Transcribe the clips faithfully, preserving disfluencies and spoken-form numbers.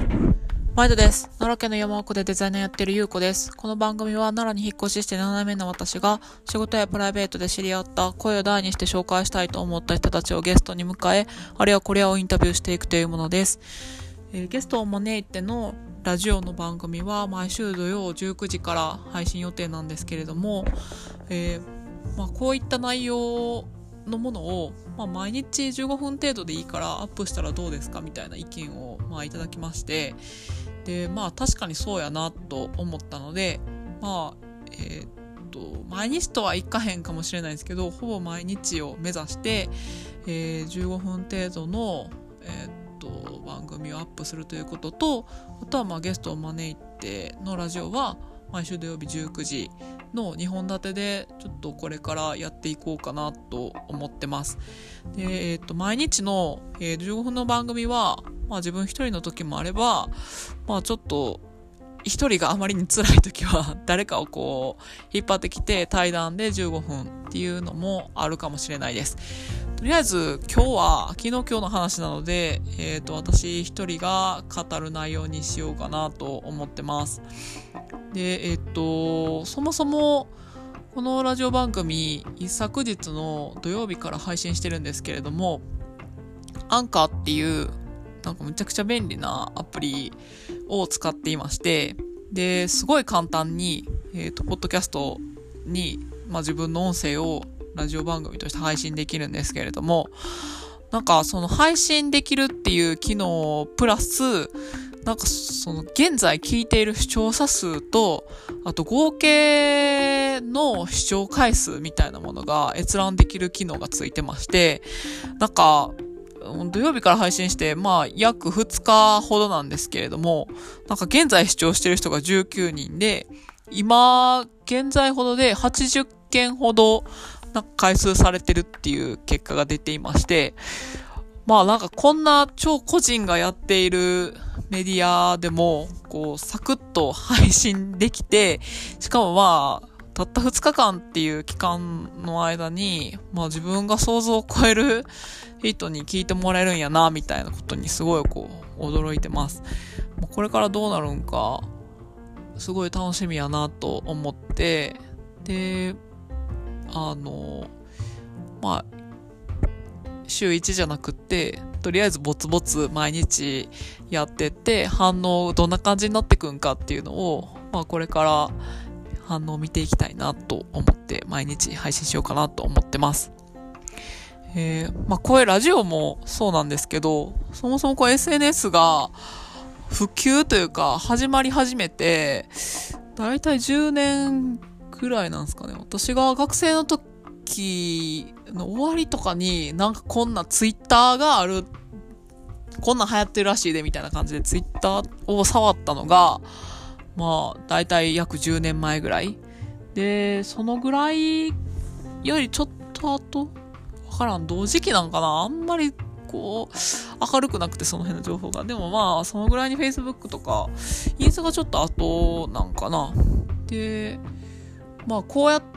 毎度です。奈良県の山奥でデザイナーやってるゆうこです。この番組は奈良に引っ越ししてななねんめの私が仕事やプライベートで知り合った声を大にして紹介したいと思った人たちをゲストに迎え、あれやこれやをインタビューしていくというものです。えー、ゲストを招いてのラジオの番組は毎週土曜じゅうくじから配信予定なんですけれども、えーまあ、こういった内容のものを、まあ、毎日じゅうごふん程度でいいからアップしたらどうですかみたいな意見を、まあ、いただきまして、でまあ確かにそうやなと思ったので、まあえー、っと毎日とはいかへんかもしれないですけど、ほぼ毎日を目指して、えー、じゅうごふん程度の、えー、っと番組をアップするということと、あとはまあゲストを招いてのラジオは毎週土曜日じゅうくじのにほん立てでちょっとこれからやっていこうかなと思ってます。で、えー、っと毎日の、えー、じゅうごふんの番組は、まあ、自分一人の時もあれば、まあちょっと一人があまりに辛い時は誰かをこう引っ張ってきて対談でじゅうごふんっていうのもあるかもしれないです。とりあえず今日は昨日今日の話なので、えー、と私一人が語る内容にしようかなと思ってます。で、えっ、ー、とそもそもこのラジオ番組一昨日の土曜日から配信してるんですけれども、アンカーっていうなんかむちゃくちゃ便利なアプリを使っていまして、で、すごい簡単に、えっと、ポッドキャストに、まあ、自分の音声をラジオ番組として配信できるんですけれども、なんかその配信できるっていう機能プラス、なんかその現在聞いている視聴者数と、あと合計の視聴回数みたいなものが閲覧できる機能がついてまして、なんか、土曜日から配信して、まあ、約ふつかほどなんですけれども、なんか現在視聴してる人がじゅうきゅうにんで、今、現在ほどではちじゅっけんほど、なんか回数されてるっていう結果が出ていまして、まあなんかこんな超個人がやっているメディアでも、こう、サクッと配信できて、しかもまあ、たったふつかかんっていう期間の間に、まあ自分が想像を超える人に聞いてもらえるんやな、みたいなことにすごいこう、驚いてます。これからどうなるんか、すごい楽しみやなと思って、で、あの、まあ、週いちじゃなくって、とりあえずぼつぼつ毎日やってって、反応どんな感じになってくんかっていうのを、まあこれから反応を見ていきたいなと思って毎日配信しようかなと思ってます。えー、まあこういうラジオもそうなんですけど、そもそもこう エスエヌエス が普及というか始まり始めて、だいたいじゅうねんくらいなんですかね。私が学生の時の終わりとかになんかこんなツイッターがある、こんなん流行ってるらしいでみたいな感じでツイッターを触ったのが、まあ、だいたい約じゅうねんまえぐらい。で、そのぐらいよりちょっと後わからん、同時期なんかな、あんまり、こう、明るくなくてその辺の情報が。でもまあ、そのぐらいに Facebook とか、インスタがちょっと後なんかな。で、まあ、こうやって、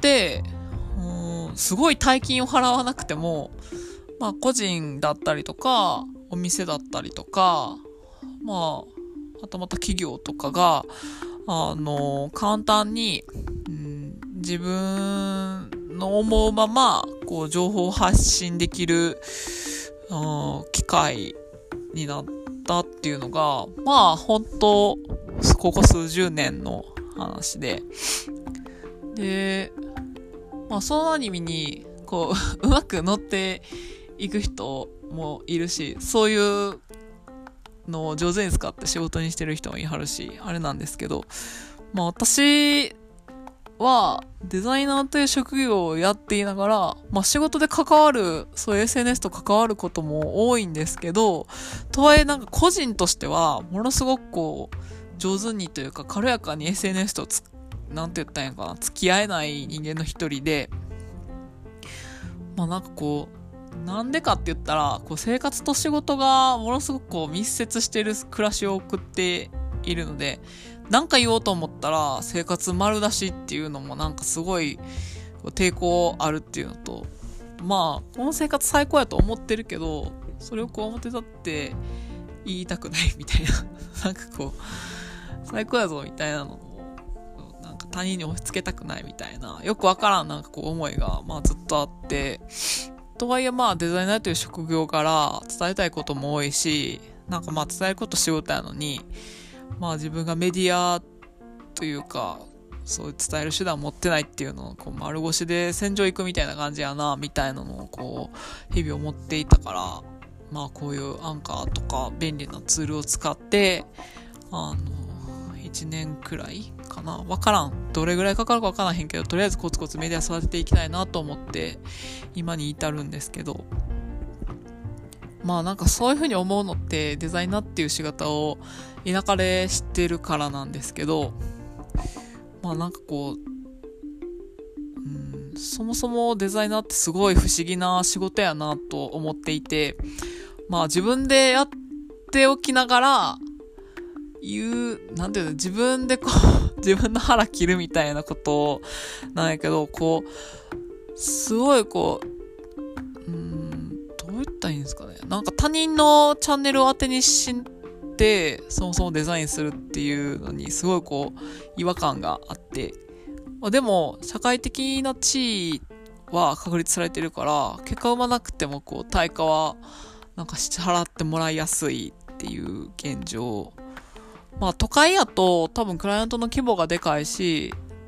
うん、すごい大金を払わなくても、まあ、個人だったりとか、お店だったりとか、まあ、はたまた企業とかが、あの、簡単に、うん、自分の思うまま、こう、情報を発信できる、うん、機会になったっていうのが、まあ、本当ここ数十年の話で、で、まあ、そのアニメに、こう、うまく乗っていく人もいるし、そういうのを上手に使って仕事にしてる人もいはるし、あれなんですけど、まあ私はデザイナーという職業をやっていながら、まあ仕事で関わる、そういう エスエヌエス と関わることも多いんですけど、とはいえなんか個人としては、ものすごくこう、上手にというか軽やかに エスエヌエス とつ、なんて言ったんやかな、付き合えない人間の一人で、まあなんかこう、なんでかって言ったら、こう生活と仕事がものすごくこう密接している暮らしを送っているので、なんか言おうと思ったら生活丸出しっていうのもなんかすごい抵抗あるっていうのと、まあこの生活最高やと思ってるけど、それをこう表立って言いたくないみたいななんかこう最高やぞみたいなのをなんか他人に押し付けたくないみたいなよくわからんなんかこう思いがまあずっとあって、とはいえまあデザイナーという職業から伝えたいことも多いし、なんかまあ伝えること仕事やのに、まあ自分がメディアというかそういう伝える手段を持ってないっていうのをこう丸腰で戦場行くみたいな感じやなみたいなのをこう日々思っていたから、まあこういうアンカーとか便利なツールを使ってあのいちねんくらいかな、わからんどれぐらいかかるかわからへんけど、とりあえずコツコツメディア育てていきたいなと思って今に至るんですけど、まあなんかそういう風に思うのってデザイナーっていう仕事を田舎で知ってるからなんですけど、まあなんかこう、うん、そもそもデザイナーってすごい不思議な仕事やなと思っていて、まあ自分でやっておきながら言う、なんていうの、自分でこう、自分の腹切るみたいなことなんやけど、こう、すごいこう、うーん、どう言ったらいいんですかね。なんか他人のチャンネルを当てにして、そもそもデザインするっていうのにすごいこう違和感があって、でも社会的な地位は確立されてるから結果生まなくてもこう対価はなんか支払ってもらいやすいっていう現状。まあ都会やと多分クライアントの規模がでかいし、うん、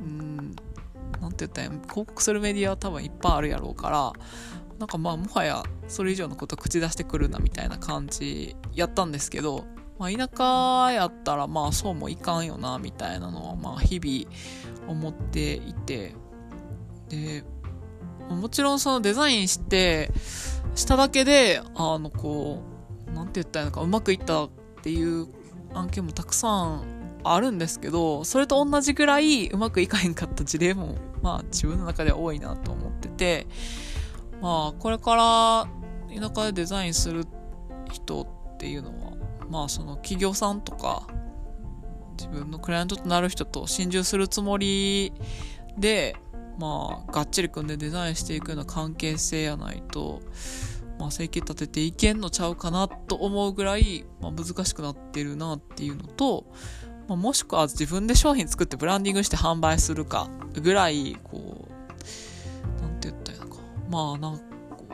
なんて言ったらいいの、広告するメディアは多分いっぱいあるやろうから、なんかまあもはやそれ以上のこと口出してくるなみたいな感じやったんですけど、まあ、田舎やったらまあそうもいかんよなみたいなのはまあ日々思っていて、でもちろんそのデザインしてしただけであのこうなんて言ったらいいのかうまくいったっていう案件もたくさんあるんですけど、それと同じぐらいうまくいかへんかった事例もまあ自分の中では多いなと思ってて、まあこれから田舎でデザインする人っていうのはまあその企業さんとか自分のクライアントとなる人と心中するつもりでまあがっちり組んでデザインしていくような関係性やないとまあ生計立てていけんのちゃうかなと思うぐらい、まあ、難しくなってるなっていうのと、まあ、もしくは自分で商品作ってブランディングして販売するかぐらいこうなんて言ったらいいのか、まあなんか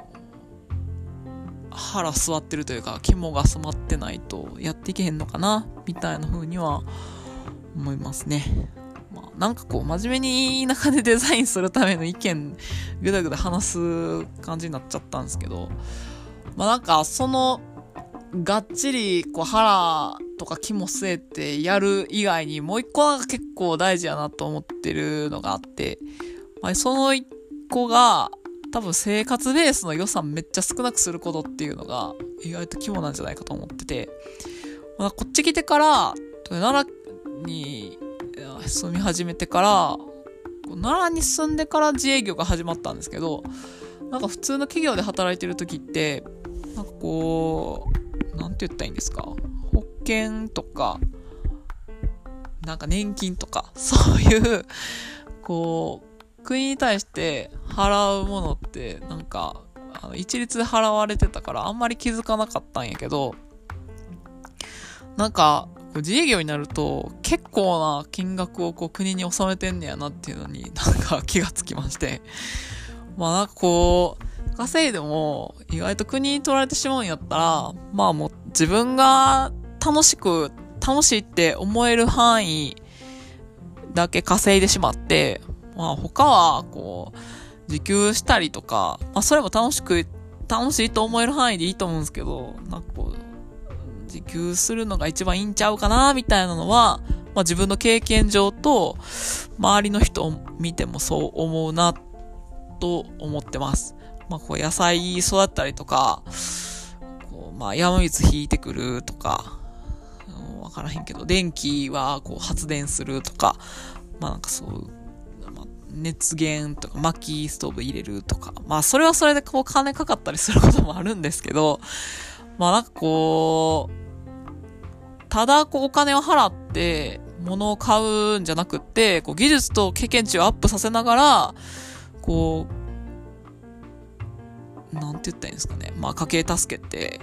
腹座ってるというか肝が詰まってないとやっていけへんのかなみたいな風には思いますね。まあ、なんかこう真面目に田舎でデザインするための意見ぐだぐだ話す感じになっちゃったんですけど、まあなんかそのがっちりこう腹とか肝据えてやる以外にもう一個なんか結構大事やなと思ってるのがあって、まあ、その一個が多分生活ベースの予算めっちゃ少なくすることっていうのが意外と肝なんじゃないかと思ってて、まあ、こっち来てから奈良に住み始めてから奈良に住んでから自営業が始まったんですけど、なんか普通の企業で働いてる時ってなんかこうなんて言ったらいいんですか、保険とかなんか年金とかそういうこう国に対して払うものってなんかあの一律で払われてたからあんまり気づかなかったんやけど、なんか自営業になると結構な金額をこう国に納めてんねやなっていうのになんか気がつきまして、まあなんかこう稼いでも意外と国に取られてしまうんやったらまあもう自分が楽しく楽しいって思える範囲だけ稼いでしまって、まあ他はこう自給したりとか、まあそれも楽しく楽しいと思える範囲でいいと思うんですけど、なんかこう自給するのが一番いいんちゃうかなみたいなのは、まあ自分の経験上と周りの人を見てもそう思うなと思ってます。まあこう野菜育ったりとか、こうまあ山水引いてくるとか、わからへんけど電気はこう発電するとか、まあなんかそう、まあ、熱源とか薪ストーブ入れるとか、まあそれはそれでこう金かかったりすることもあるんですけど、まあなんかこうただこうお金を払って物を買うんじゃなくって、こう技術と経験値をアップさせながら、こう、なんて言ったらいいんですかね。まあ家計助けて、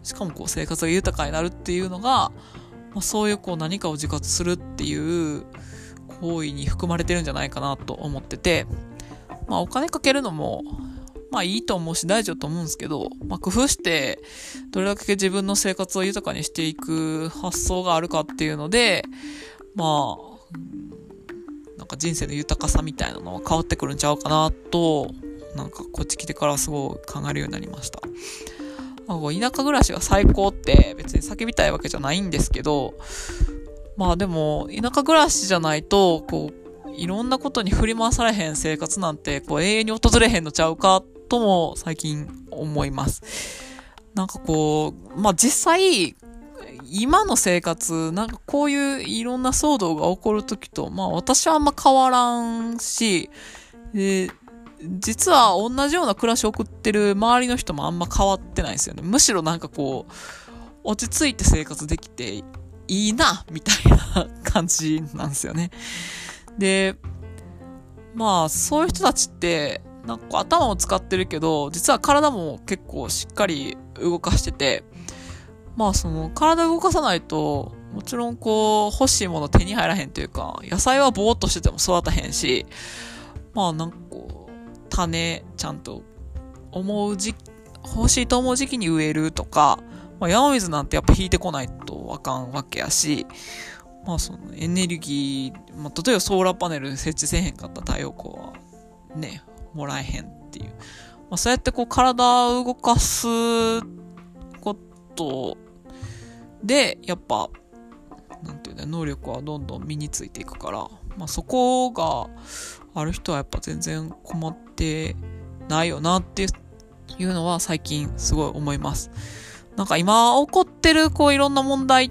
しかもこう生活が豊かになるっていうのが、まあ、そういうこう何かを自活するっていう行為に含まれてるんじゃないかなと思ってて、まあお金かけるのもまあいいと思うし大事だと思うんですけど、まあ工夫してどれだけ自分の生活を豊かにしていく発想があるかっていうので、まあなんか人生の豊かさみたいなのは変わってくるんちゃうかなと、なんかこっち来てからすごい考えるようになりました。まあ、田舎暮らしが最高って別に叫びたいわけじゃないんですけど、まあでも田舎暮らしじゃないとこういろんなことに振り回されへん生活なんてこう永遠に訪れへんのちゃうかとも最近思います。なんかこうまあ実際今の生活、なんかこういういろんな騒動が起こるときと、まあ私はあんま変わらんし、で、実は同じような暮らしを送ってる周りの人もあんま変わってないですよね。むしろなんかこう、落ち着いて生活できていいな、みたいな感じなんですよね。で、まあそういう人たちって、なんか頭を使ってるけど、実は体も結構しっかり動かしてて、まあその体動かさないともちろんこう欲しいもの手に入らへんというか、野菜はぼーっとしてても育たへんし、まあなんかこう種ちゃんと思う時欲しいと思う時期に植えるとか、まあ、山水なんてやっぱ引いてこないとわかんわけやし、まあそのエネルギー、まあ、例えばソーラーパネル設置せえへんかったら太陽光はねもらえへんっていう、まあ、そうやってこう体を動かすことで、やっぱ、なんていうね、能力はどんどん身についていくから、まあそこがある人はやっぱ全然困ってないよなっていうのは最近すごい思います。なんか今起こってるこういろんな問題って、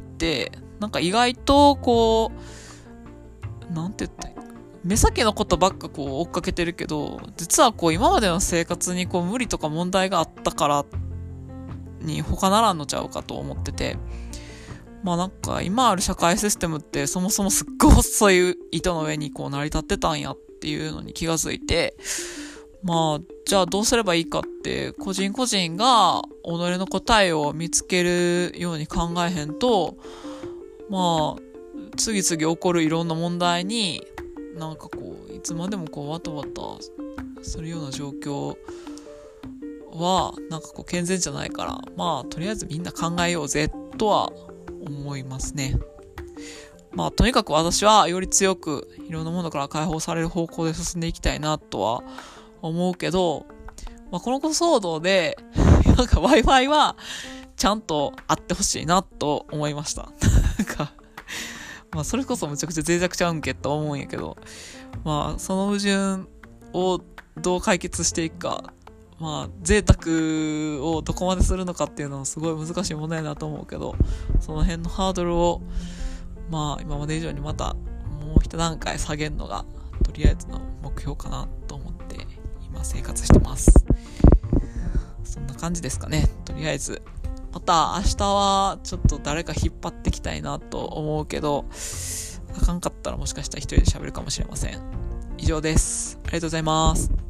なんか意外とこう、なんて言ったらいいか、目先のことばっかこう追っかけてるけど、実はこう今までの生活にこう無理とか問題があったからに他ならんのちゃうかと思ってて、まあなんか今ある社会システムってそもそもすっごい細い糸の上にこう成り立ってたんやっていうのに気がついて、まあじゃあどうすればいいかって個人個人が己の答えを見つけるように考えへんと、まあ次々起こるいろんな問題になんかこういつまでもこうわたわたするような状況はなんかこう健全じゃないから、まあとりあえずみんな考えようぜとは思いますね。まあとにかく私はより強くいろんなものから解放される方向で進んでいきたいなとは思うけど、まあこの騒動でなんか Wi-Fi はちゃんとあってほしいなと思いました。なんかまあそれこそむちゃくちゃ脆弱ちゃうんけと思うんやけど、まあその矛盾をどう解決していくか、まあ贅沢をどこまでするのかっていうのはすごい難しい問題だなと思うけど、その辺のハードルをまあ今まで以上にまたもう一段階下げるのがとりあえずの目標かなと思って今生活してます。そんな感じですかね。とりあえずまた明日はちょっと誰か引っ張ってきたいなと思うけど、あかんかったらもしかしたら一人で喋るかもしれません。以上です。ありがとうございます。